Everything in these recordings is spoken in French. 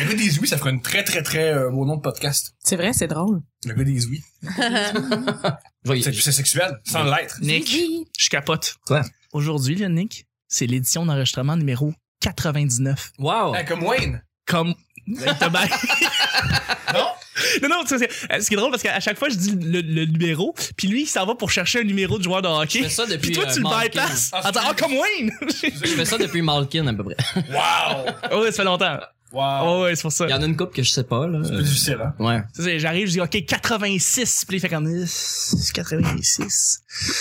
Le gars des ouïes, ça ferait une très beau nom de podcast. C'est vrai, c'est drôle. Le gars des ouïes. C'est sexuel, sans l'être. Nick, je capote. Quoi? Aujourd'hui, là, Nick, c'est l'édition d'enregistrement numéro 99. Wow! Comme Wayne. Comme... T'as bien... Non? Non, ce qui est drôle, parce qu'à chaque fois, je dis le numéro, puis lui, il s'en va pour chercher un numéro de joueur de hockey. Je fais ça depuis puis toi, tu le Malkin. bypasses. Comme Wayne! Je fais ça depuis Malkin, à peu près. Wow! Oh, ouais, ça fait longtemps. Wow. Oh, ouais, c'est pour ça. Il y en a une couple que je sais pas, là. C'est plus difficile, hein? Ouais. C'est, j'arrive, je dis, OK, 86. Puis il fait comme, 86.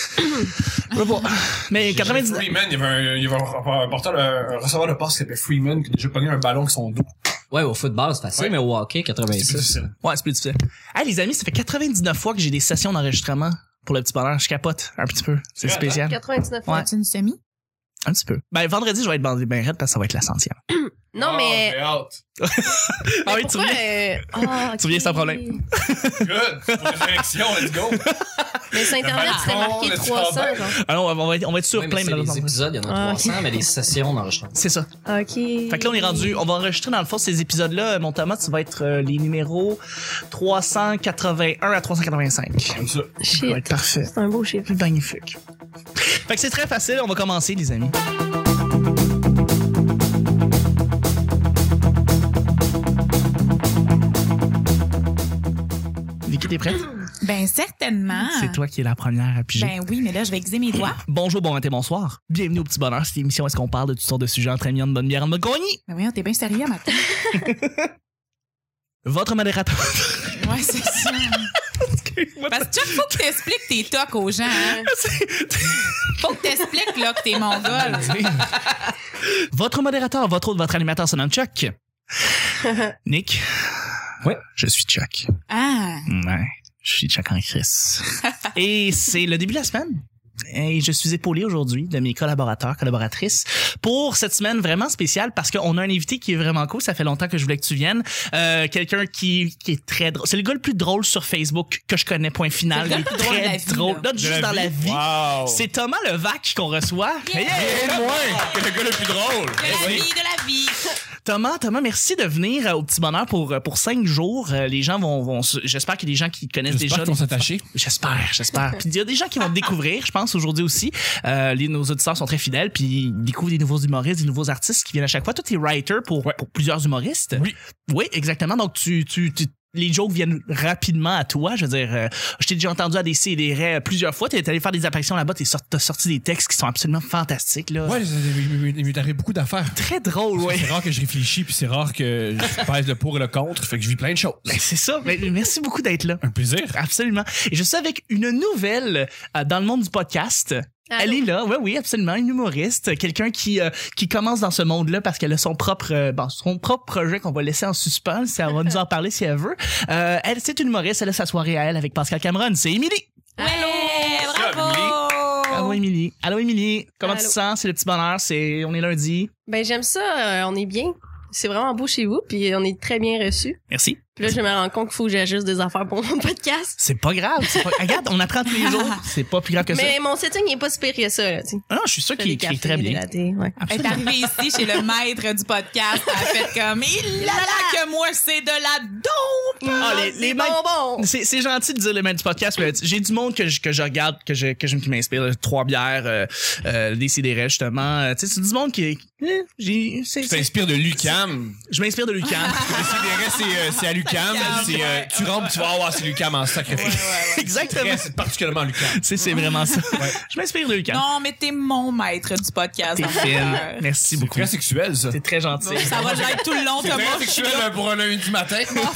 Mais 99. Freeman, il y avait un receveur de passe qui s'appelait Freeman, qui a déjà pogné un ballon avec son dos. Ouais, au football, c'est facile, Ouais. mais au hockey, C'est plus 86. difficile. Ouais, c'est plus difficile. Hey, les amis, ça fait 99 fois que j'ai des sessions d'enregistrement pour le petit bonheur. Je capote un petit peu. C'est Ouais, spécial. 99 Ouais. As-tu une semi? Un petit peu. Ben, vendredi, je vais être bandé ben raide parce que ça va être la 100e. Non, mais... J'ai hâte. Ah oui, tu pourquoi, viens? Tu viens sans problème. Good. Pour les élections, let's go. Mais sur Internet, c'était marqué Le 300, tabac. genre. Alors, on va être sur Ouais, mais plein, c'est les malheureusement. épisodes, il y en a 300, mais les sessions d'enregistrement. C'est ça. OK. Fait que là, on est rendu, on va enregistrer dans le fond ces épisodes-là. Mon Thomas, ça va être les numéros 381 à 385. Comme ça. Ça va Shit. être parfait. C'est un beau chiffre. Magnifique. Fait que c'est très facile. On va commencer, les amis. Vicky, t'es prête? Ben, certainement. C'est toi qui es la première à piger. Ben oui, mais là, je vais aiguiser mes doigts. Bonjour, bon matin, bonsoir. Bienvenue au Petit Bonheur. C'est l'émission où est-ce qu'on parle de toutes sortes de sujets entre amis, en bonne bière, en bonne compagnie. Ben oui, t'es bien sérieux, matin. Votre modérateur. Ouais, c'est ça. Parce que chaque fois que t'expliques tes tocs aux gens, hein, faut que t'expliques, là, que t'es mongol. Votre modérateur, votre animateur, c'est Chuck. Nick. Ouais. Je suis Chuck. Ah. Ouais. Je suis Chuck en Chris. Et c'est le début de la semaine. Et je suis épaulé aujourd'hui de mes collaboratrices pour cette semaine vraiment spéciale parce qu'on a un invité qui est vraiment cool. Ça fait longtemps que je voulais que tu viennes. Quelqu'un qui est très drôle. C'est le gars le plus drôle sur Facebook que je connais, point final. C'est le gars le plus drôle de la vie, là. Not juste dans la vie. Wow. C'est Thomas Levac qu'on reçoit. Yeah. Et moins que le gars le plus drôle. De la vie. Thomas, merci de venir au Petit Bonheur pour 5 jours. Les gens vont j'espère qu'il y a des gens qui connaissent déjà. J'espère qu'ils vont s'attacher. J'espère. Puis il y a des gens qui vont te découvrir, je pense, aujourd'hui aussi. Nos auditeurs sont très fidèles, puis ils découvrent des nouveaux humoristes, des nouveaux artistes qui viennent à chaque fois. Toi, t'es writer pour plusieurs humoristes. Oui. Oui, exactement. Donc, les jokes viennent rapidement à toi. Je veux dire, je t'ai déjà entendu à des CDR plusieurs fois. T'es allé faire des apparitions là-bas. T'as sorti des textes qui sont absolument fantastiques, là. Ouais, il m'est arrivé beaucoup d'affaires. Très drôle, ouais. C'est rare que je réfléchis, puis c'est rare que je pèse le pour et le contre. Fait que je vis plein de choses. Ben, c'est ça. Ben, merci beaucoup d'être là. Un plaisir. Absolument. Et je suis avec une nouvelle dans le monde du podcast. Allô? Elle est là, oui, absolument, une humoriste, quelqu'un qui commence dans ce monde-là parce qu'elle a son propre projet qu'on va laisser en suspens. Elle va nous en parler si elle veut. Elle, c'est une humoriste, elle a sa soirée à elle avec Pascal Cameron. C'est Émilie. Allô, Allô, Émilie. Allô, Émilie. Comment Allô. tu te sens? C'est le Petit Bonheur, on est lundi. Ben, j'aime ça. On est bien. C'est vraiment beau chez vous, puis on est très bien reçus. Merci. Puis là, je me rends compte qu'il faut que j'ajuste des affaires pour mon podcast. C'est pas grave. Regarde, on apprend tous les jours. C'est pas plus grave que ça. Mais mon setting n'est pas si pire que ça, là, tu sais. Ah non, je suis sûr Je fais qu'il des écrit cafés, très des bien. lattés, ouais. Elle est arrivée ici chez le maître du podcast. Elle a fait comme, il là que moi, c'est de la dope. Ah, les c'est mecs- bonbon. C'est gentil de dire le maître du podcast, mais j'ai du monde que je regarde, qui m'inspire. 3 bières, des sidérés, justement. Tu sais, c'est du monde qui... Tu t'inspires de Lucam. Je m'inspire de Lucas. C'est à Lucam. Tu rentres, tu vas voir, c'est Lucam en sacrifice. Exactement. C'est particulièrement Lucam. C'est vraiment ça. Je m'inspire de Lucas. Non, mais t'es mon maître du podcast. T'es fine. Merci C'est beaucoup. très sexuel, ça. C'est très gentil. Ça va l'être tout le long, C'est Thomas. très sexuel pour un lundi matin.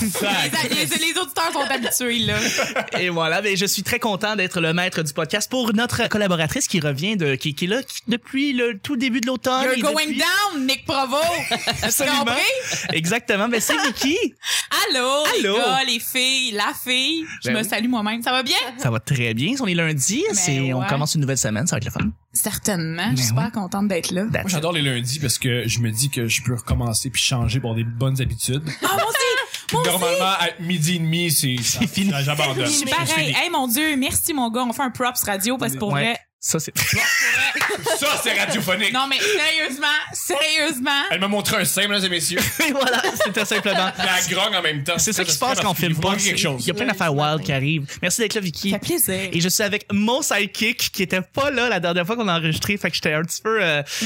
Les auditeurs sont habitués, là. Et voilà, ben, je suis très content d'être le maître du podcast pour notre collaboratrice qui revient qui est là depuis le tout début de l'automne. You're et going depuis- down, Nick Provo. Absolument. compris? Exactement. Ben, c'est Vicky. Allô, les Allô. gars, les filles, la fille. Je Ben me oui. salue moi-même. Ça va bien? Ça va très bien. On est lundi. On ouais. commence une nouvelle semaine. Ça va être le fun. Certainement. Je suis super contente d'être là. Moi, j'adore les lundis parce que je me dis que je peux recommencer puis changer pour des bonnes habitudes. Ah, moi aussi! Moi aussi! Normalement, à midi et demi, c'est fini. J'abandonne. Je suis pareil. Hey, mon Dieu, merci, mon gars. On fait un props radio parce que pour Ouais. vrai, Ça, c'est... Ça, c'est radiophonique. Non, mais sérieusement. Elle m'a montré un sein, mesdames et messieurs. Et voilà, c'était simplement. Mais elle grogne en même temps. C'est ça qui se passe quand on filme pas. quelque chose. Il y a plein d'affaires wild qui arrivent. Merci d'être là, Vicky. Ça fait plaisir. Et je suis avec mon sidekick qui était pas là la dernière fois qu'on a enregistré, fait que j'étais un petit peu.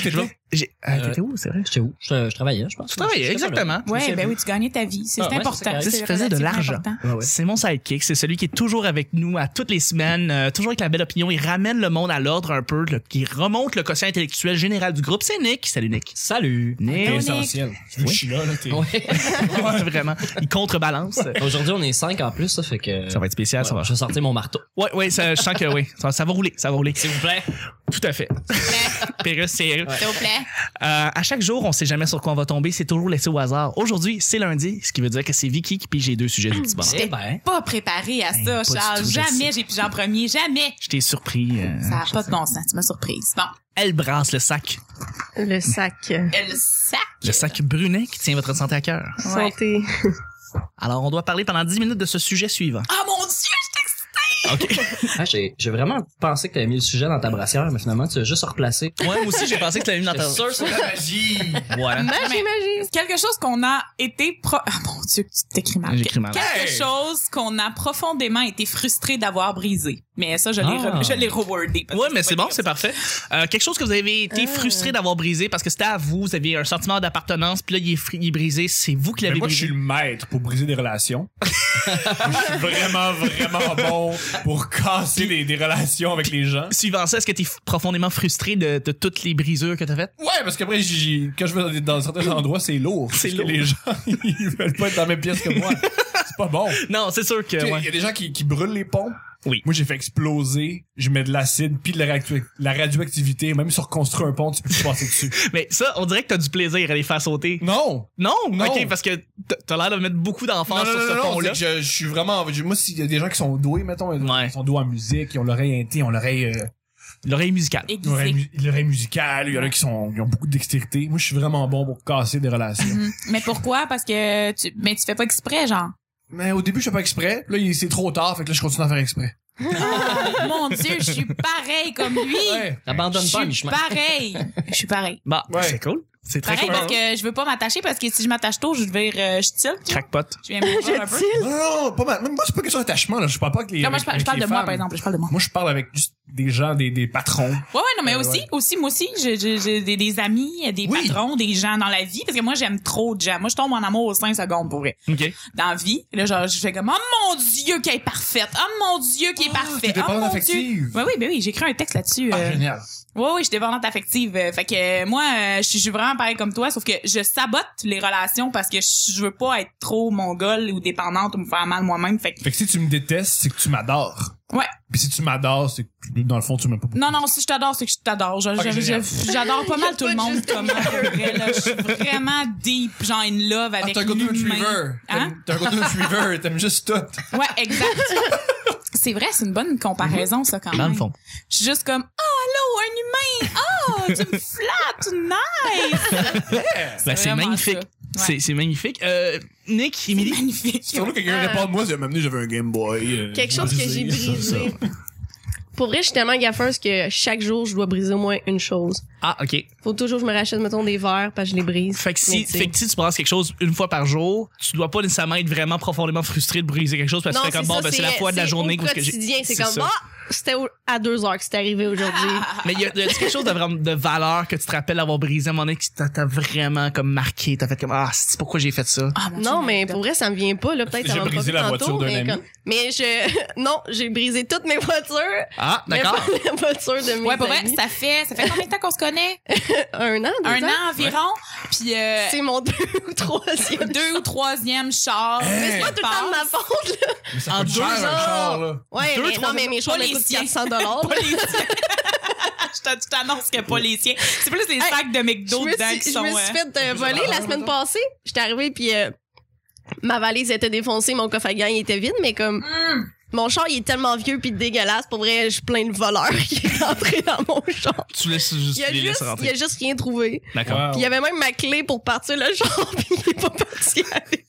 T'étais où, c'est vrai? J'étais où? Je travaillais, je pense. Tu travaillais, exactement. Ouais, ben oui, tu gagnais ta vie. C'est Ah, ouais, important. c'est Tu faisais de l'argent. Important. C'est mon sidekick, c'est celui qui est toujours avec nous à toutes les semaines, toujours avec la belle opinion. Il ramène le monde à l'ordre un peu, qui remonte le quotient intellectuel général du groupe. C'est Nick. Salut Nick. Salut. C'est Nick. essentiel. Tu veux que je suis là, t'es... Ouais. Vraiment. Il contrebalance. Aujourd'hui, on est 5 en plus, ça fait que... Ça va être spécial, ça va. Je vais sortir mon marteau. Ouais, ça, je sens que oui. Ça va rouler, ça va rouler. S'il vous plaît. Tout à fait. Pérus, c'est... S'il vous plaît. À chaque jour, on sait jamais sur quoi on va tomber. C'est toujours laissé au hasard. Aujourd'hui, c'est lundi, ce qui veut dire que c'est Vicky qui pige les 2 sujets du petit bonheur. Eh ben. Pas préparé à pas ça, du Charles. tout, je Jamais sais. j'ai pigé en premier. Jamais. Je t'ai surpris. Ça n'a pas de bon sens. Tu m'as surprise. Bon. Elle brasse le sac. Le sac. Elle sac. Le sac brunet qui tient votre santé à cœur. Ouais. Santé. Alors, on doit parler pendant 10 minutes de ce sujet suivant. Ah mon Dieu, je t'excite. OK. Ah, j'ai vraiment pensé que t'avais mis le sujet dans ta brassière, mais finalement, tu l'as juste replacé. Ouais, moi aussi, j'ai pensé que tu l'avais mis dans ta... J'étais sûr, c'est La magie. Voilà. Magie. Quelque chose qu'on a été Ah mon Dieu, que tu t'écris mal. J'écris mal. Quelque Hey! chose qu'on a profondément été frustré d'avoir brisé. Mais ça, je l'ai rewordé. parce Ouais, que mais pas c'est bon, écrit c'est ça. parfait. Quelque chose que vous avez été frustré d'avoir brisé parce que c'était à vous aviez un sentiment d'appartenance, puis là, il est brisé, c'est vous qui Mais l'avez moi, je suis brisé. le maître pour briser des relations. Je suis vraiment bon pour casser des relations avec les gens. Suivant ça, est-ce que t'es profondément frustré de toutes les brisures que t'as faites? Ouais, parce qu'après, quand je vais dans certains endroits, c'est lourd. C'est Parce que lourd. les gens, ils veulent pas être dans la même pièce que moi. C'est pas bon. Non, c'est sûr que... Tu sais, ouais. il y a des gens qui brûlent les ponts. Oui. Moi, j'ai fait exploser, je mets de l'acide puis de la radioactivité. Même sur construire un pont, tu peux plus passer dessus. Mais ça, on dirait que t'as du plaisir à les faire sauter. Non! Non? Non. OK, parce que t'as l'air de mettre beaucoup d'enfants sur ce pont-là. c'est que je suis vraiment... Moi, s'il y a des gens qui sont doués, mettons, Ouais. ils sont doués en musique, ils ont l'oreille inté, ils ont l'oreille... L'oreille musicale. Aiguisé. L'oreille musicale, il y en a qui ont beaucoup de dextérité. Moi, je suis vraiment bon pour casser des relations. Mais pourquoi? Parce que tu fais pas exprès, genre. Mais au début, je fais pas exprès. Là, c'est trop tard, fait que là, je continue à faire exprès. Ah, mon Dieu, je suis pareil comme lui. Ouais. T'abandonnes pas à Je suis mi-chemin. pareil. Je suis pareil. Bah, Ouais. c'est cool. C'est très Pareil cool. parce que je veux pas m'attacher parce que si je m'attache tôt, je vais je tilte. Crackpot. Je viens me un peu. Non, pas mal. Même moi, c'est pas question d'attachement, là. Je parle pas avec les. Non, moi, je avec parle les de moi, femmes. par exemple. Je parle de moi. Moi, je parle avec juste des gens, des patrons. Ouais, non, mais Ouais. moi aussi, j'ai des amis, des Oui. patrons, des gens dans la vie, parce que moi, j'aime trop de gens. Moi, je tombe en amour aux 5 secondes, pour vrai. OK. Dans la vie. Et là, genre, je fais comme, oh mon Dieu, qu'elle est parfaite. Oh mon Dieu, qu'elle est parfaite. t'es dépendante Oh mon affective. Dieu. Oui, j'ai écrit un texte là-dessus. Ah, génial. Oui, je suis dépendante affective. Fait que moi, je suis vraiment pareil comme toi, sauf que je sabote les relations parce que je veux pas être trop mongole ou dépendante ou me faire mal moi-même. Fait que, Fait que si tu me détestes, c'est que tu m'adores. ouais. Puis si tu m'adores, c'est que dans le fond, tu m'aimes pas beaucoup. Non, si je t'adore, c'est que je t'adore. génial. J'adore pas mal tout le pas monde. juste Comme pour vrai, là. Je suis vraiment deep, genre in love avec t'as un golden l'humain. retriever. Hein? T'as un golden retriever, t'aimes juste tout. Ouais, exact. C'est vrai, c'est une bonne comparaison, ça, quand Dans même. le fond. Je suis juste comme, oh, allô, un humain! Oh, tu me flattes, nice! Ben, c'est vraiment magnifique. ça. Ouais. C'est magnifique. Nick, Émilie. Magnifique. C'est vrai que quelqu'un répond de moi, c'est m'amener, j'avais un Game Boy. Quelque chose que j'ai brisé. Pour vrai, je suis tellement gaffeuse que chaque jour, je dois briser au moins une chose. Ah, OK. Faut toujours que je me rachète, mettons, des verres, parce que je les brise. Fait que Mais tu sais. si tu brasses quelque chose une fois par jour, tu dois pas nécessairement être vraiment profondément frustré de briser quelque chose parce que tu fais comme, bon, ben, c'est la fois de la journée au où ce que j'ai. quotidien, c'est comme, ça. c'était à 2 heures que c'est arrivé aujourd'hui. Mais il y a quelque chose de vraiment de valeur que tu te rappelles d'avoir brisé à un moment donné qui t'a vraiment comme marqué. T'as fait comme, ah, c'est pourquoi j'ai fait ça. Ah, mon Non, Dieu, mais pour vrai, ça me vient pas, là. Peut-être J'ai ça va brisé pas la tantôt, voiture d'un mais ami. mais non, j'ai brisé toutes mes voitures. Ah, Mais d'accord. pas la voiture de mes Ouais, pour vrai, amis. ça fait combien de temps qu'on se connaît? 1 an, 2 Un ans. an environ. Puis, C'est mon 2 ou 3e. 2 ou 3e char. Hey. C'est pas tout le temps de ma faute, là. Mais ça En coûte 2 cher, un ans. char, là. Ouais, Deux, mais trois non, mais mes chars pas me les coûtent siens. 400 Pas les siens. Je t'annonce que pas les siens. C'est plus les sacs de McDo dedans qui sont... Je me suis fait voler la semaine passée. J'étais arrivée puis ma valise était défoncée, mon coffre à gants il était vide, mais comme mon char il est tellement vieux puis dégueulasse, pour vrai, je suis plein de voleurs qui est rentré dans mon char. Tu laisses juste Il les laisses il rentrer. a juste rien trouvé. D'accord. Wow. Puis il y avait même ma clé pour partir le char puis il est pas parti avec.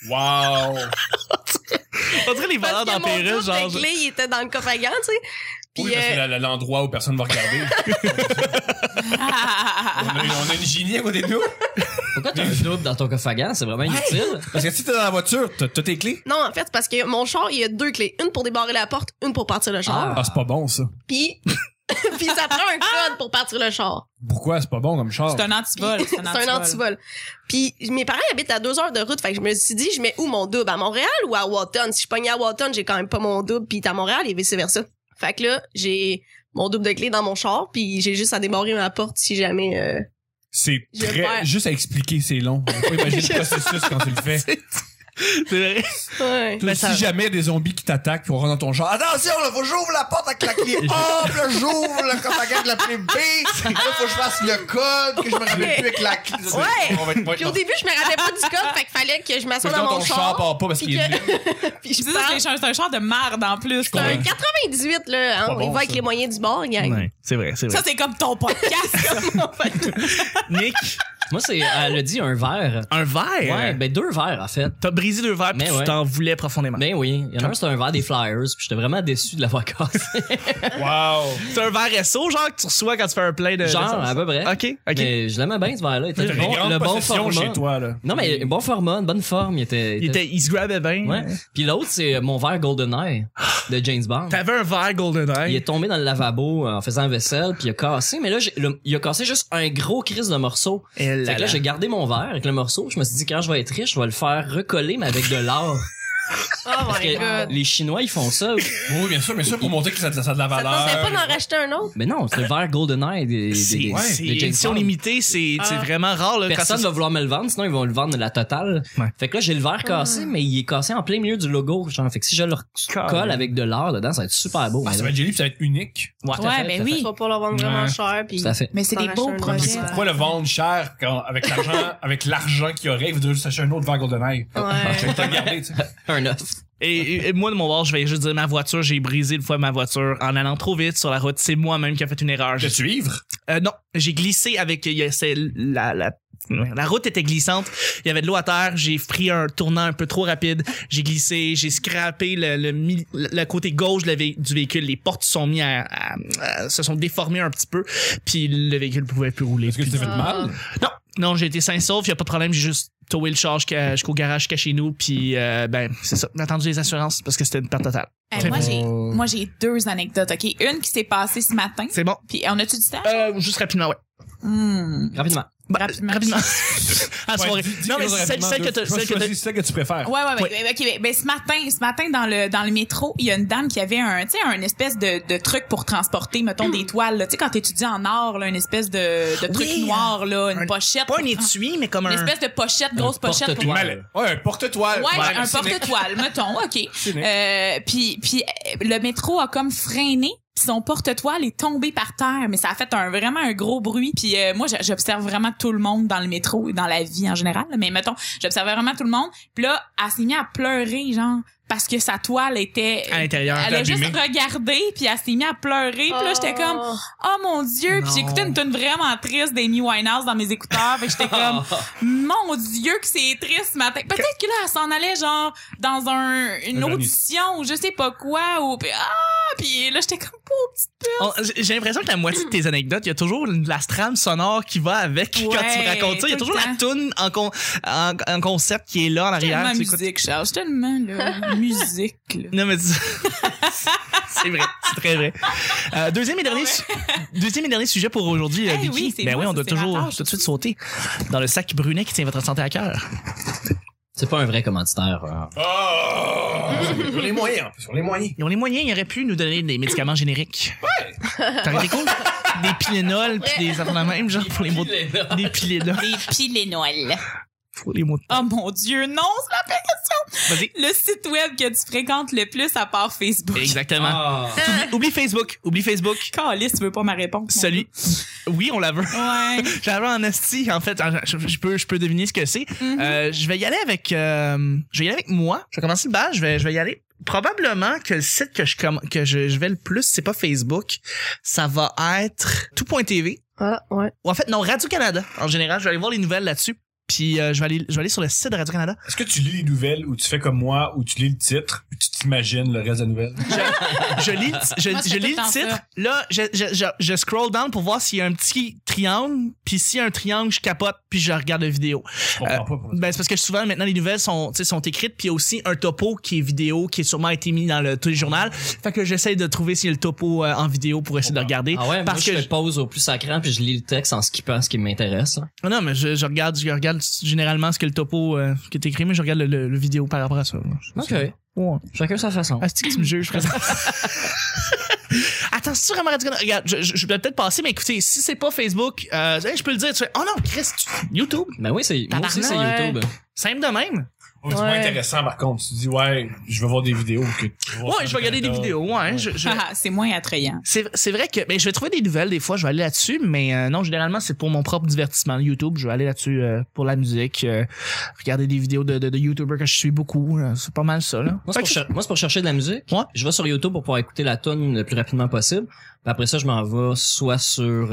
Wow. On dirait les Parce valeurs que dans mon Pérus, double genre. de clé il était dans le coffre à gants, tu sais. Puis, Oui, parce que c'est l'endroit où personne va regarder. on a une génie à côté de nous. Pourquoi t'as un double dans ton coffre à gants? C'est vraiment inutile. Parce que si t'es dans la voiture, t'as tes clés. non, en fait, c'est parce que mon char, il y a 2 clés. Une pour débarrer la porte, une pour partir le char. Ah, c'est pas bon, ça. Puis, puis ça prend un code pour partir le char. Pourquoi c'est pas bon comme char? C'est un antivol. C'est un antivol. Puis mes parents habitent à 2 heures de route, fait que je me suis dit, je mets où mon double? À Montréal ou à Walton? Si je pogne à Walton, j'ai quand même pas mon double, puis à Montréal et vice-versa. Fait que là, j'ai mon double de clé dans mon char, puis j'ai juste à débarrer ma porte si jamais... C'est Je très... perds. Juste à expliquer, c'est long. On peut pas imaginer le processus quand tu le fais. C'est vrai. Ouais. Mais Si ça- jamais il y a des zombies qui t'attaquent puis on rentre dans ton char, attention, là, faut que j'ouvre la porte avec la clé A, puis là, j'ouvre le coffre à gants avec la clé B, là, faut que je fasse le code, que je me rappelle plus avec la clé. Ouais. On va être Puis au début, je me rappelais pas du code, fait qu'il fallait que je m'assoie dans mon ton char char. part pas parce Puis qu'il est que... puis je C'est ça, parle. c'est un char de marde en plus. C'est un 98, là. Hein? Pas On bon, y va avec ça. les moyens du bord, gang. Ouais, c'est vrai, c'est vrai. Ça, c'est comme ton podcast. Nick, Moi, elle a dit un verre. un verre? Ouais, ben 2 verres, en fait. T'as brisé 2 verres puis Mais tu ouais. t'en voulais profondément. Ben oui. Il y en a un, c'est un verre des Flyers, puis j'étais vraiment déçu de l'avoir cassé. Wow. C'est un verre SO, genre, que tu reçois quand tu fais un plein de... Genre, d'essence? à peu près. OK, OK. Mais je l'aimais bien, ce verre-là. Il T'as était des grandes le bon possessions format. chez toi, là. Non, mais bon format, une bonne forme. Il Il se grabait bien. Ouais. Puis l'autre, c'est mon verre GoldenEye de James Bond. T'avais un verre Il GoldenEye. est tombé dans le lavabo en faisant la vaisselle, puis il a cassé. Mais là, il a cassé juste un gros crise de morceau. Et Fait là, que là, j'ai gardé mon verre avec le morceau. Je me suis dit, quand je vais être riche, je vais le faire recoller, mais avec de l'or. Oh Parce my que god. les Chinois, ils font ça. Oui, bien sûr, pour montrer que ça a de la Ça te valeur. tentait pas d'en racheter un autre? Mais non, c'est le verre GoldenEye c'est de James édition Bond. limitée, c'est vraiment rare. Là, Personne quand va vouloir me le vendre, sinon ils vont le vendre de la totale. Ouais. Fait que là, j'ai le verre cassé, mais il est cassé en plein milieu du logo. Genre, fait que si je le colle avec de l'or dedans, ça va être super beau. Ah, mais ça là, va être joli, puis ça va être unique. tout à Ouais, fait, mais tout à oui. Tu vas pas leur vendre vraiment Ouais. cher. Puis Tout à fait. Mais c'est t'en des beaux racheter un autre. projets. Pourquoi le vendre cher quand, avec l'argent qu'il y aurait, il voudrait juste acheter un autre verre GoldenEye? Ouais. Je vais te le garder, tu sais. Un œuf. Et moi, de mon bord, je vais juste dire ma voiture. J'ai brisé une fois ma voiture en allant trop vite sur la route. C'est moi-même qui a fait une erreur. T'es-tu ivre? Non, j'ai glissé avec... La route était glissante. Il y avait de l'eau à terre. J'ai pris un tournant un peu trop rapide. J'ai glissé. J'ai scrappé le côté gauche du véhicule. Les portes se sont mis se sont déformées un petit peu. Puis le véhicule pouvait plus rouler. Est-ce que tu t'es fait mal? Non, j'ai été sain et sauf. Il y a pas de problème. J'ai juste towé le char jusqu'au garage jusqu'à chez nous. Puis ben c'est ça. J'ai attendu les assurances parce que c'était une perte totale. Hey, moi, j'ai 2 anecdotes, OK? Une qui s'est passée ce matin. C'est bon. Puis, on a-tu du temps? Juste rapidement, ouais. Rapidement. Rapidement. À la soirée. Non, mais celle que t'as... C'est celle que tu préfères. Ouais. OK, ben, ce matin, dans le métro, il y a une dame qui avait un espèce de truc pour transporter, mettons, des toiles, là. Tu sais, quand t'étudies en art, là, une espèce de truc Oui, noir, là, une pochette. Pas un étui, mais comme Une un... espèce de pochette, grosse pochette. pour- porte-toile. Ouais, un porte-toile. Ouais, un merci, Nick. porte-toile, mettons, OK. Nick. Puis le métro a comme freiné, puis son porte-toile est tombé par terre, mais ça a fait vraiment un gros bruit. Puis moi, j'observe vraiment tout le monde dans le métro et dans la vie en général, là, mais mettons, j'observais vraiment tout le monde. Puis là, elle s'est mise à pleurer, genre, parce que sa toile était À l'intérieur. Elle a juste abîmée. regardé, puis elle s'est mise à pleurer. Puis là, j'étais comme, oh mon Dieu. Puis Non. j'écoutais une tune vraiment triste d'Amy Winehouse dans mes écouteurs. Fait que j'étais comme, mon Dieu que c'est triste ce matin. Peut-être que là, elle s'en allait genre dans une Un audition ou je sais pas quoi. Ou, puis là, j'étais comme, pauvre petite pute. J'ai l'impression que la moitié de tes anecdotes, il y a toujours la strame sonore qui va avec quand tu me racontes ça. Il y a tout toujours le la toune en concept qui est là en arrière. Tellement Tu écoutes- musique, Charles. C'est tellement, là, musique, là. Non, mais c'est vrai, c'est très vrai. Deuxième et dernier sujet pour aujourd'hui, Eh Vicky. oui, c'est Ben moi, oui, on ça, doit c'est ma toujours tâche. tout de suite sauter dans le sac Brunet qui tient votre santé à cœur. C'est pas un vrai commanditaire. Sur les moyens, en plus, sur les moyens. Ils ont les moyens, ils auraient pu nous donner des médicaments génériques. Ouais. Ça aurait été cool. Des Pylénol pis des affaires de même, genre pour les mots. Des Pylénol. Des Pylénol. Pour les mots. Oh mon Dieu, non, c'est la pire question. Vas-y. Le site web que tu fréquentes le plus à part Facebook. Exactement. Ah. Oublie Facebook. Oublie Facebook. Calice, tu veux pas ma réponse? mon Celui. Oui, on la veut. gars. Ouais. J'avais en esti, en fait, je peux deviner ce que c'est. Je vais y aller avec moi. Je vais commencer le bal, je vais y aller. Probablement que le site que je vais le plus, c'est pas Facebook. Ça va être tout.tv. Ah, ouais. Ou en fait, non, Radio-Canada. En général, je vais aller voir les nouvelles là-dessus. Puis je vais aller sur le site de Radio-Canada. Est-ce que tu lis les nouvelles ou tu fais comme moi ou tu lis le titre ou tu t'imagines le reste de la nouvelle? Je lis, Moi, c'est je lis tout le temps le titre. ça. Là, je scroll down pour voir s'il y a un petit triangle. Puis s'il y a un triangle, je capote puis je regarde la vidéo. Je comprends pas pourquoi. Ben, c'est parce que souvent, maintenant, les nouvelles sont écrites, puis il y a aussi un topo qui est vidéo, qui est sûrement été mis dans le téléjournal. Fait que j'essaie de trouver s'il y a le topo en vidéo pour essayer de regarder. Ah ouais, parce moi, que je fais pause au plus sacrant puis je lis le texte en skippant ce qui m'intéresse. Là. non, mais je regarde généralement ce que le topo qui est écrit, mais je regarde le vidéo par rapport à ça. OK. Ouais. Chacun sa façon. Ah, c'est que tu me juges, présent. Attends, c'est vraiment Radio-Canada. Regarde, je vais peut-être passer, mais écoutez, si c'est pas Facebook, je peux le dire. Tu fais, oh non, Chris, YouTube. Ben oui, moi aussi, c'est Tabarnak. YouTube. Simple de même. Ouais, c'est moins intéressant par contre. Tu te dis, ouais, je vais voir des vidéos. Ouais, je vais regarder des vidéos. Ouais, C'est moins attrayant. C'est vrai que je vais trouver des nouvelles des fois, je vais aller là-dessus, mais non, généralement c'est pour mon propre divertissement. YouTube, je vais aller là-dessus pour la musique, regarder des vidéos de YouTubers que je suis beaucoup, c'est pas mal ça là. Moi, c'est pour chercher de la musique. Ouais. Je vais sur YouTube pour pouvoir écouter la tune le plus rapidement possible. Puis après ça, je m'en vais soit sur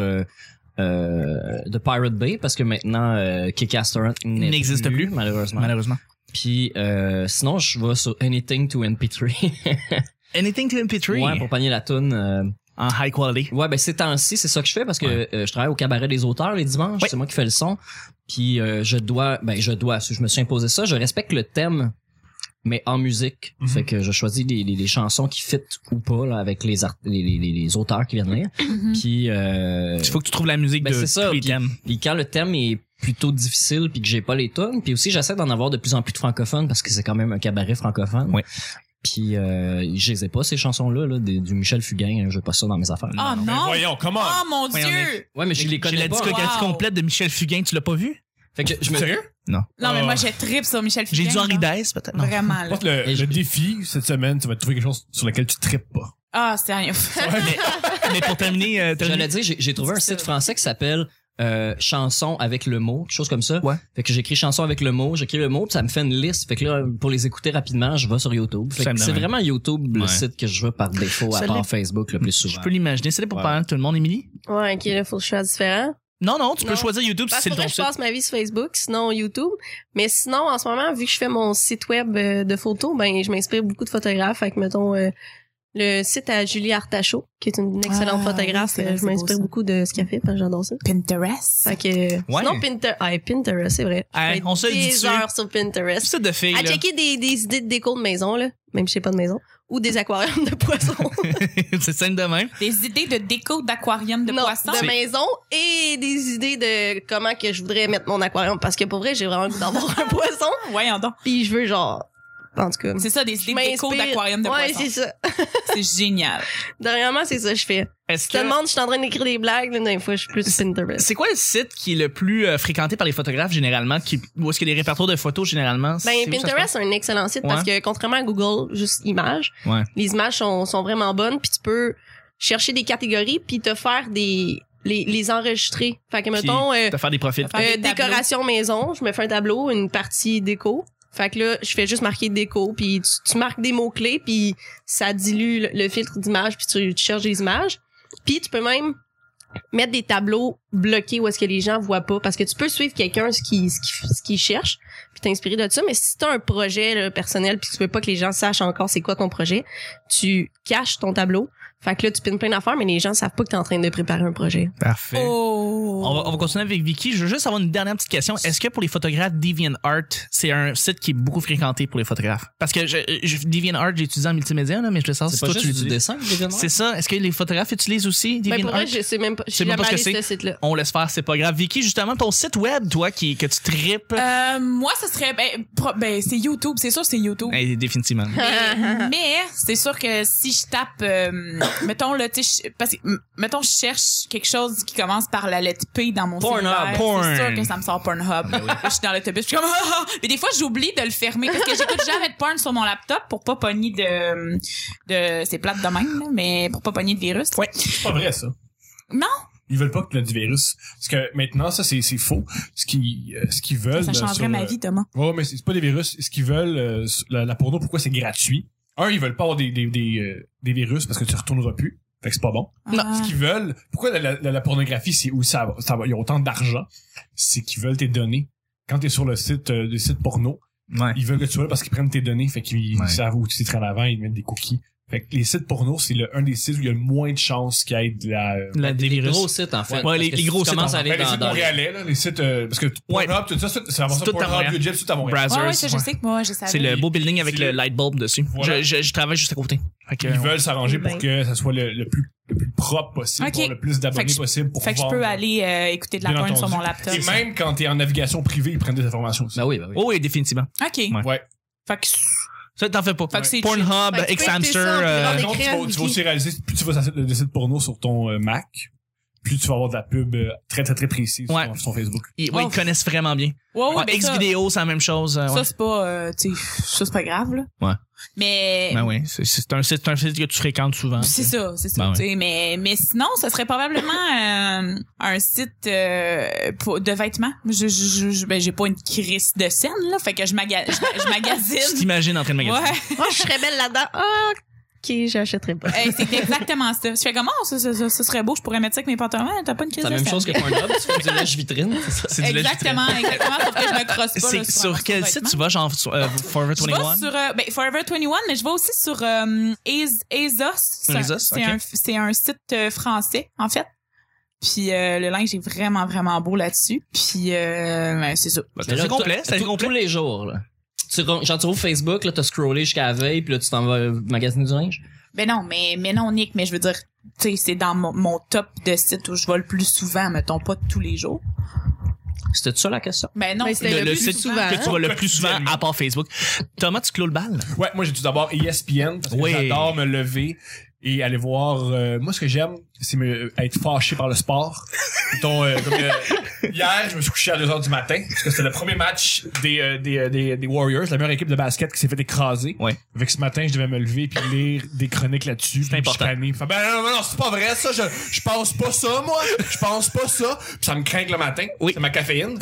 The Pirate Bay parce que maintenant Kickast Torrent n'existe plus malheureusement. Puis sinon, je vais sur Anything to MP3. Anything to MP3. Ouais, pour pogner la tune. En high quality. Ouais, ben ces temps-ci, c'est ça que je fais parce que je travaille au cabaret des auteurs les dimanches. Ouais. C'est moi qui fais le son. Puis je dois, si je me suis imposé ça, je respecte le thème, mais en musique. Mhm. Fait que je choisis des chansons qui fit ou pas là, avec les auteurs qui viennent lire. Puis Il faut que tu trouves la musique ben, de c'est ça, tous les puis- thèmes. puis quand le thème est plutôt difficile puis que j'ai pas les tunes, puis aussi j'essaie d'en avoir de plus en plus de francophones parce que c'est quand même un cabaret francophone. Oui. Puis je les ai pas ces chansons-là du Michel Fugain, hein, je veux pas ça dans mes affaires. Oh Mais non! voyons, comment? Oh mon Voyons, Dieu! Ouais, mais je les J'ai connais la pas. discographie Wow. complète de Michel Fugain, tu l'as pas vu? Fait que je me Sérieux? Non, mais Oh. moi, j'ai tripe sur Michel J'ai Fugain. du Henri là. Dess, peut-être. Non. Vraiment, Je là. pense que Et je- le défi cette semaine, tu vas trouver quelque chose sur lequel tu tripes pas. Ah, sérieux. Mais pour terminer, J'allais dire, j'ai trouvé un C'est site ça. français qui s'appelle chanson avec le mot, quelque chose comme ça. Ouais. Fait que j'écris chanson avec le mot, j'écris le mot, puis ça me fait une liste. Fait que là, pour les écouter rapidement, je vais sur YouTube. Fait que c'est vraiment YouTube le Ouais. site que je veux par défaut, à Ça part l'est. Facebook le plus souvent. je peux l'imaginer. C'est pour Ouais. parler de tout le monde, Émilie? Ouais, ok, là, faut que je fasse différent. Non, tu peux Non. choisir YouTube si Parce c'est que ton je site. passe ma vie sur Facebook, sinon YouTube. Mais sinon, en ce moment, vu que je fais mon site web de photos, ben, je m'inspire beaucoup de photographes. Fait que, mettons, le site à Julie Artachot, qui est une excellente Ah, photographe. oui, c'est vrai, Je c'est beau, m'inspire ça. beaucoup de ce qu'elle fait, parce que j'adore ça. Pinterest. Fait que, Ouais. sinon, Pinterest, c'est vrai. Je Hey, fais on se le dit des dessus. heures sur Pinterest. Site de filles, À là. checker des idées de déco de maison, là. Même si j'ai pas de maison. Ou des aquariums de poissons. C'est simple de même. Des idées de déco d'aquarium de non, poissons. de maison et des idées de comment que je voudrais mettre mon aquarium. Parce que pour vrai, j'ai vraiment envie d'avoir un poisson. Voyons donc. Puis je veux genre, en tout cas. C'est ça, des idées de déco m'inspire. d'aquarium de Ouais, poissons. c'est ça. C'est génial. Dernièrement, c'est ça que je fais. Est-ce Je te que demande, je suis en train d'écrire des blagues, là, des fois, je suis plus Pinterest. c'est quoi le site qui est le plus fréquenté par les photographes généralement, où est-ce qu'il y a des répertoires de photos généralement? Ben, C'est où ça se Pinterest, c'est un excellent site parce que contrairement à Google, juste images, Ouais. les images sont vraiment bonnes puis tu peux chercher des catégories puis te faire les enregistrer. Fait que, mettons, passe? De faire des profils. Faire des tableaux. décoration maison, je me fais un tableau, une partie déco. Fait que là, je fais juste marquer déco, puis tu marques des mots-clés, puis ça dilue le filtre d'image, puis tu cherches des images. Puis tu peux même mettre des tableaux bloqués où est-ce que les gens voient pas, parce que tu peux suivre quelqu'un ce qu'il cherche, puis t'inspirer de ça. Mais si t'as un projet là, personnel, puis tu veux pas que les gens sachent encore c'est quoi ton projet, tu caches ton tableau. Fait que là, tu pines plein d'affaires, mais les gens savent pas que t'es en train de préparer un projet. Parfait. Oh. On va continuer avec Vicky. Je veux juste avoir une dernière petite question. Est-ce que pour les photographes, DeviantArt, c'est un site qui est beaucoup fréquenté pour les photographes? Parce que DeviantArt, j'ai utilisé en multimédia, là, mais je veux savoir C'est si pas toi tu juste du l'utilises. dessin, évidemment. C'est ça. Est-ce que les photographes utilisent aussi Ben, pour DeviantArt? vrai, je sais même pas, je C'est suis même pas jamais ce allée que sur ce site-là. On laisse faire, c'est pas grave. Vicky, justement, ton site web, toi, que tu tripes. Moi, ce serait, c'est YouTube. C'est sûr, c'est YouTube. Définitivement. Mais c'est sûr que si je tape, mettons là, tu sais, parce que mettons je cherche quelque chose qui commence par la lettre P dans mon Pornhub. cellulaire, Porn. c'est sûr que ça me sort Pornhub. Là, je suis dans l'autobus, je suis comme mais des fois j'oublie de le fermer parce que j'écoute jamais de porn sur mon laptop pour pas pogner de c'est plate de même là, mais pour pas pogner de virus. Ouais. C'est pas vrai, ça. Non, Ils veulent pas que tu aies du virus. Parce que maintenant, ça, c'est faux. Ce qu'ils veulent. ça changerait sur, ma vie, Thomas. Ouais, mais c'est pas des virus. Ce qu'ils veulent, la porno, pourquoi c'est gratuit? Ils veulent pas avoir des virus parce que tu retourneras plus. Fait que c'est pas bon. Ah. Ce qu'ils veulent, pourquoi la pornographie, c'est où il y a autant d'argent? C'est qu'ils veulent tes données. quand t'es sur le site, des sites porno, Ouais. ils veulent que tu sois là parce qu'ils prennent tes données, fait qu'ils savent où tu t'es en avant, ils mettent des cookies. Fait que les sites porno, c'est un des sites où il y a le moins de chances qu'il y ait de la... Des Les virus. gros sites, en fait. Ouais, les Parce que gros si tu sites, commences à en aller Ben, les dans, sites dans montréalais, là, les sites, parce que Pornhub, tout ça, c'est avant ça, tout à Pornhub, Montréal. Budget, tout à Montréal. Brazzers. Ouais, ça, je sais que moi, je savais. C'est le beau building avec C'est le le- light bulb dessus. Voilà. Je travaille juste à côté. Fait que, Ils veulent s'arranger Ben. pour que ça soit le plus propre possible, Ok. pour le plus Fait d'abonnés que je- possible pour Fait que je vendre. peux aller écouter de la Bien porn entendu. sur mon laptop. Et même quand t'es en navigation privée, ils prennent des informations aussi. Ben oui, ben oui. oh oui, définitivement. OK. Ouais. Ouais. Fait que Ça, t'en fais pas. Fait que c'est Pornhub, Fait que tu peux Xhamster, écouter ça en plus Par On contre, écrit tu un vas wiki. aussi réaliser, plus tu vas sur des sites porno sur ton Mac, plus tu vas avoir de la pub très très très précise Ouais. sur ton Facebook. ils Oh. connaissent vraiment bien. ouais, ben ça, Xvideo, c'est la même chose. ça Ouais. c'est pas tu sais, ça c'est pas grave là. Ouais. Mais Ben oui, c'est un site que tu fréquentes souvent. c'est ça, Ben tu sais, mais sinon ça serait probablement un site de vêtements. Ben j'ai pas une crise de scène là, fait que je Tu magasine. t'imagines en train de magasiner. Ouais. Oh, je serais belle là-dedans. Ah, ok, j'achèterais pas. Hey, c'est exactement ça. Je fais comment ça serait beau, je pourrais mettre ça avec mes pantalons. Ouais, t'as pas une crise C'est la de même chose que scène. Pornhub, tu fais du lèche-vitrine, c'est ça? C'est du lèche-vitrine. Exactement, sauf que je me crosse pas. là, C'est sur quel un site vêtement. tu vas, genre Forever Je vais 21? sur Forever 21, mais je vais aussi sur ASOS. ASOS, ok. C'est un site français en fait. Puis le linge est vraiment vraiment beau là-dessus. Puis ben, c'est ça. C'est assez complet, c'est assez Tous complet. les jours, là. Genre, tu ouvres Facebook, là, t'as scrollé jusqu'à la veille, puis là, tu t'en vas magasiner du linge. Ben non, mais non Nick, mais je veux dire, tu sais, c'est dans mon top de sites où je vais le plus souvent, mettons pas tous les jours. C'était ça la question? Ben non, Ben, c'est c'était Le plus site souvent, que tu hein? vas le plus souvent à part Facebook. Thomas, tu clôt le bal? Ouais, moi j'ai tout d'abord ESPN parce que Oui. j'adore me lever et aller voir. Moi, ce que j'aime, c'est être fâché par le sport. Mettons, hier, je me suis couché à 2h du matin parce que c'était le premier match des Warriors, la meilleure équipe de basket qui s'est fait écraser. Ouais. Fait que ce matin, je devais me lever puis lire des chroniques là-dessus. C'est important. Ben non, c'est pas vrai ça. Je pense pas ça, moi. Je pense pas ça. Puis ça me craint le matin. Oui. C'est ma caféine.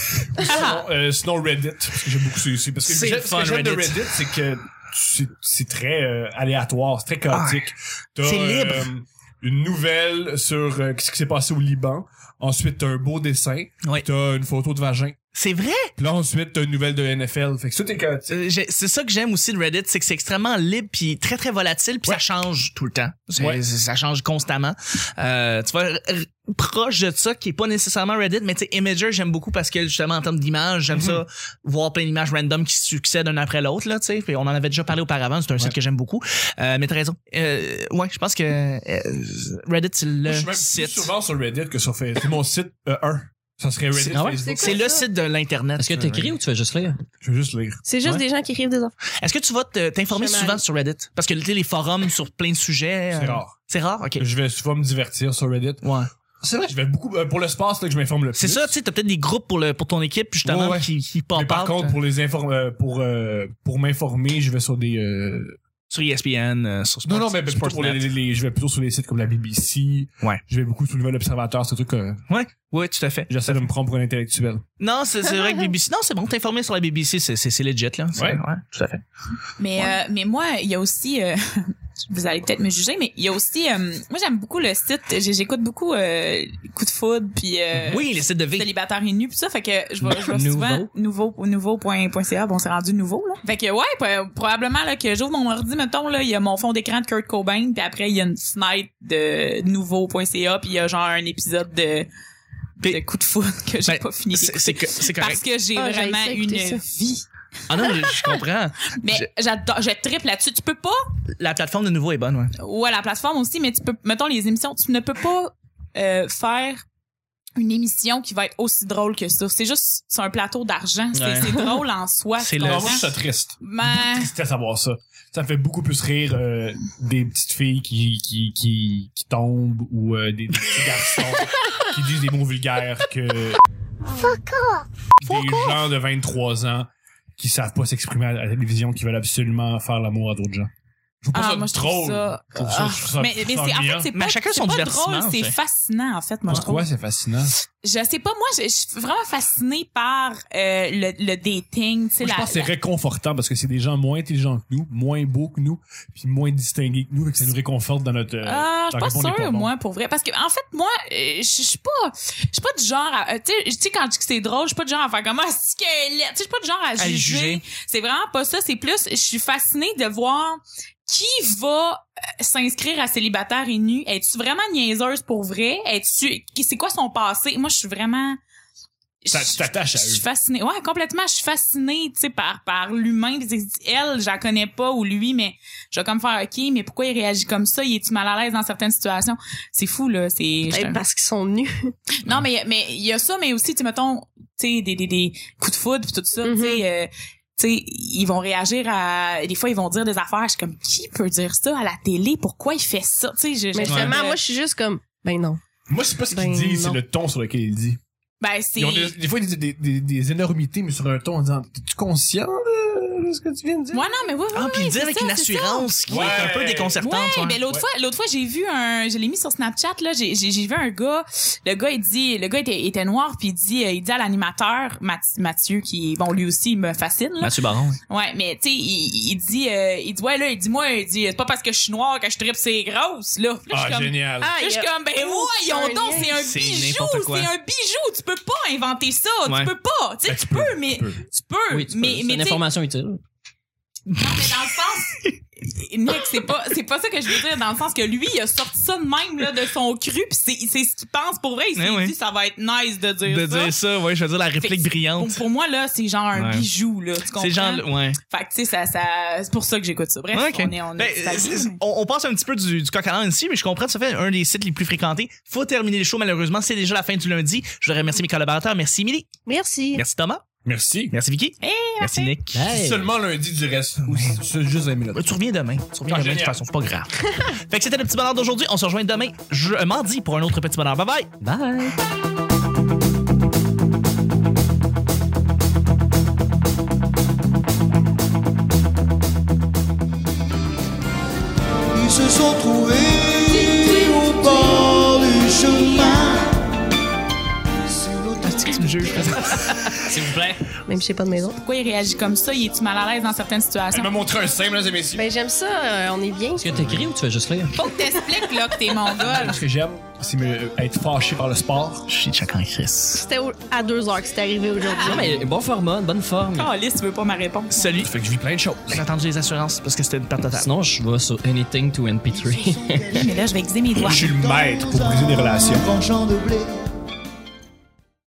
Sinon Reddit parce que j'aime beaucoup c'est parce que C'est ce fun, que j'aime de Reddit. Reddit, c'est que c'est très aléatoire, c'est très chaotique. T'as, c'est libre. Une nouvelle sur ce qui s'est passé au Liban. Ensuite, t'as un beau dessin. Oui. T'as une photo de vagin. C'est vrai? Puis là, ensuite, t'as une nouvelle de NFL. Fait que ça, t'es chaotique. C'est ça que j'aime aussi de Reddit, c'est que c'est extrêmement libre puis très très volatile puis Ouais. ça change tout le temps. Ouais. Ça change constamment. Tu vois, proche de ça qui est pas nécessairement Reddit, mais tu sais Imager j'aime beaucoup parce que justement en termes d'image, j'aime ça voir plein d'images random qui succèdent un après l'autre là, tu sais. Puis on en avait déjà parlé auparavant, c'est un site que j'aime beaucoup. Mais t'as raison. Ouais, je pense que Reddit c'est le Moi, je suis même site. plus souvent sur Reddit que sur Facebook. C'est mon site 1. Ça serait Reddit, Ah ouais? Facebook. C'est le site de l'internet. Est-ce que t'écris ou tu fais juste lire? Je veux juste lire. C'est juste Ouais. des gens qui écrivent des enfants. Est-ce que tu vas t'informer Je souvent mal. sur Reddit? Parce que tu sais, les forums sur plein de sujets. C'est rare. C'est rare, ok. Je vais souvent me divertir sur Reddit. Ouais. C'est vrai, je vais beaucoup pour le sport, c'est là que je m'informe le plus. C'est ça, tu sais, t'as peut-être des groupes pour ton équipe justement Ouais. qui pop Mais par out, contre, pour les pour m'informer, je vais sur des sur ESPN, sur Sports. non, mais plutôt pour Sportsnet. je vais plutôt sur les sites comme la BBC. Ouais. Je vais beaucoup sur le Nouvel Observateur, c'est un truc que Ouais, tout à fait. j'essaie de me prendre pour un intellectuel. Non, c'est vrai que BBC. Non, c'est bon, t'informer sur la BBC, c'est legit là. Ouais. Tout à fait. Mais moi, il y a aussi vous allez peut-être me juger, mais il y a aussi moi j'aime beaucoup le site, j'écoute beaucoup Coup de foudre puis Oui, les sites de V. célibataire et nu pis ça, fait que je vais souvent nouveau.ca, bon c'est rendu nouveau là. Fait que ouais, probablement là que j'ouvre mon ordi mettons là, il y a mon fond d'écran de Kurt Cobain puis après il y a une fenêtre de nouveau.ca puis il y a genre un épisode de Coup de foudre que j'ai pas fini d'écouter. C'est correct. Parce que j'ai Ah, vraiment j'ai une écouté ça. vie. Ah non, je comprends. Mais j'adore, je triple là-dessus. Tu peux pas, La plateforme de nouveau est bonne, ouais. ou à la plateforme aussi, mais tu peux, mettons les émissions, tu ne peux pas faire une émission qui va être aussi drôle que ça. C'est juste, c'est un plateau d'argent. Ouais. C'est drôle en soi. C'est tu le- Non, comprends? moi, je suis triste. Ben, Triste à savoir ça. Ça me fait beaucoup plus rire des petites filles qui tombent ou des petits garçons qui disent des mots vulgaires que des gens de 23 ans qui savent pas s'exprimer à la télévision, qui veulent absolument faire l'amour à d'autres gens. Je trouve pas ça moi, je trouve drôle. ça. Je trouve ça Mais c'est, en fait, c'est Mais pas, chacun c'est son pas divertissement, drôle, c'est c'est- fascinant, en fait, moi, je trouve. Pourquoi c'est fascinant? Je sais pas, moi, je suis vraiment fascinée par le dating, tu sais, Moi, je pense que c'est réconfortant parce que c'est des gens moins intelligents que nous, moins beaux que nous, puis moins distingués que nous, et que ça nous réconforte dans notre. Je suis dans pas quel point on est sûre, bon. moi, pour vrai. Parce que, en fait, moi, je suis pas du genre à, tu sais, quand je dis que c'est drôle, je suis pas du genre à faire comme, c'est qu'elle est. Tu sais, je suis pas du genre à À juger. juger. C'est vraiment pas ça. C'est plus, je suis fascinée de voir qui va s'inscrire à célibataire et nu. Es-tu vraiment niaiseuse pour vrai? C'est quoi son passé? Moi, je suis vraiment, Tu t'attaches à je suis eux. fascinée. Ouais, complètement. Je suis fascinée, tu sais, par l'humain. Elle, je la connais pas, ou lui, mais je vais comme faire, OK, mais pourquoi il réagit comme ça? Il est-tu mal à l'aise dans certaines situations? C'est fou, là. Parce qu'ils sont nus. Non, mais il y a ça, mais aussi, tu sais, mettons, tu sais, des coups de foudre pis tout ça, tu sais, ils vont réagir à, des fois, ils vont dire des affaires. Je suis comme, qui peut dire ça à la télé? Pourquoi il fait ça? Tu sais, Mais justement, moi, je suis juste comme, ben non. Moi, c'est pas ce Ben qu'il dit, non. c'est le ton sur lequel il dit. ben, c'est, Ils ont des fois, ils disent des énormités, mais sur un ton en disant, t'es-tu conscient de ce que tu viens de dire? ouais, non, mais oui, Ah, puis il dit c'est avec ça, une c'est ça. assurance qui Ouais. est un peu déconcertante. Ouais, ouais. mais l'autre fois, j'ai vu je l'ai mis sur Snapchat, là, j'ai vu un gars, le gars était noir, puis il dit à l'animateur, Mathieu, qui, bon, lui aussi, il me fascine, là. Mathieu Baron. Ouais, mais tu sais, il dit ouais, là, il dit, c'est pas parce que je suis noir que je tripe c'est grosse, là. Puis là, je suis comme, Génial. là, je suis comme, ben voyons donc, c'est un C'est bijou, n'importe quoi. c'est un bijou, tu peux pas inventer ça, Ouais. tu peux pas, tu sais, Ben, tu tu peux, peux, mais tu peux. tu peux, Oui, tu peux. mais C'est une tu sais, information utile. non, mais dans le sens, Nick, c'est pas ça que je veux dire, dans le sens que lui, il a sorti ça de même, là, de son cru, pis c'est ce qu'il pense pour vrai. Il s'est Ouais, dit, ça va être nice de dire De ça. dire ça, ouais, je veux dire la réplique Fait que brillante. Pour moi, là, c'est genre un Ouais. bijou, là, tu comprends? C'est genre, ouais. Fait que, tu sais, ça, c'est pour ça que j'écoute ça. Bref, Ok. on Ben, est nostalgique, mais- on passe un petit peu du coq à l'âne ici, mais je comprends que ça fait un des sites les plus fréquentés. Faut terminer le show, malheureusement. C'est déjà la fin du lundi. Je voudrais remercier mes collaborateurs. Merci, Émilie. Merci. Merci, Thomas. Merci. Merci, Vicky. Merci, Nick. Hey. Seulement lundi du reste. Ou c'est juste 20 minutes. Tu reviens demain. Tu reviens Ah, demain, de toute génial. façon, c'est pas grave. Fait que c'était le petit bonheur d'aujourd'hui. On se rejoint demain, mardi, pour un autre petit bonheur. Bye bye. Bye. Ils se sont trouvés au bord du chemin. Tu me juges. S'il vous plaît. Même si j'ai pas de maison. Pourquoi il réagit comme ça? Il est-tu mal à l'aise dans certaines situations? Elle m'a montré un sein, mesdames et messieurs. Ben j'aime ça, on est bien. Est-ce que t'écris ou tu fais juste lire? Faut que t'expliques, là, que t'es mongol. Ce que j'aime, c'est être fâché par le sport. Je suis Chuck en Chris. C'était à 2 heures que c'est arrivé aujourd'hui. Non, mais bon format, bonne forme. Oh, Alice, tu veux pas ma réponse? Salut. Ça fait que je vis plein de choses. J'ai entendu les assurances parce que c'était une perte totale. Sinon, je vais sur Anything to MP3. Mais là, je vais aiguiser mes doigts. Je suis le maître pour briser des relations. Grand champ de blé.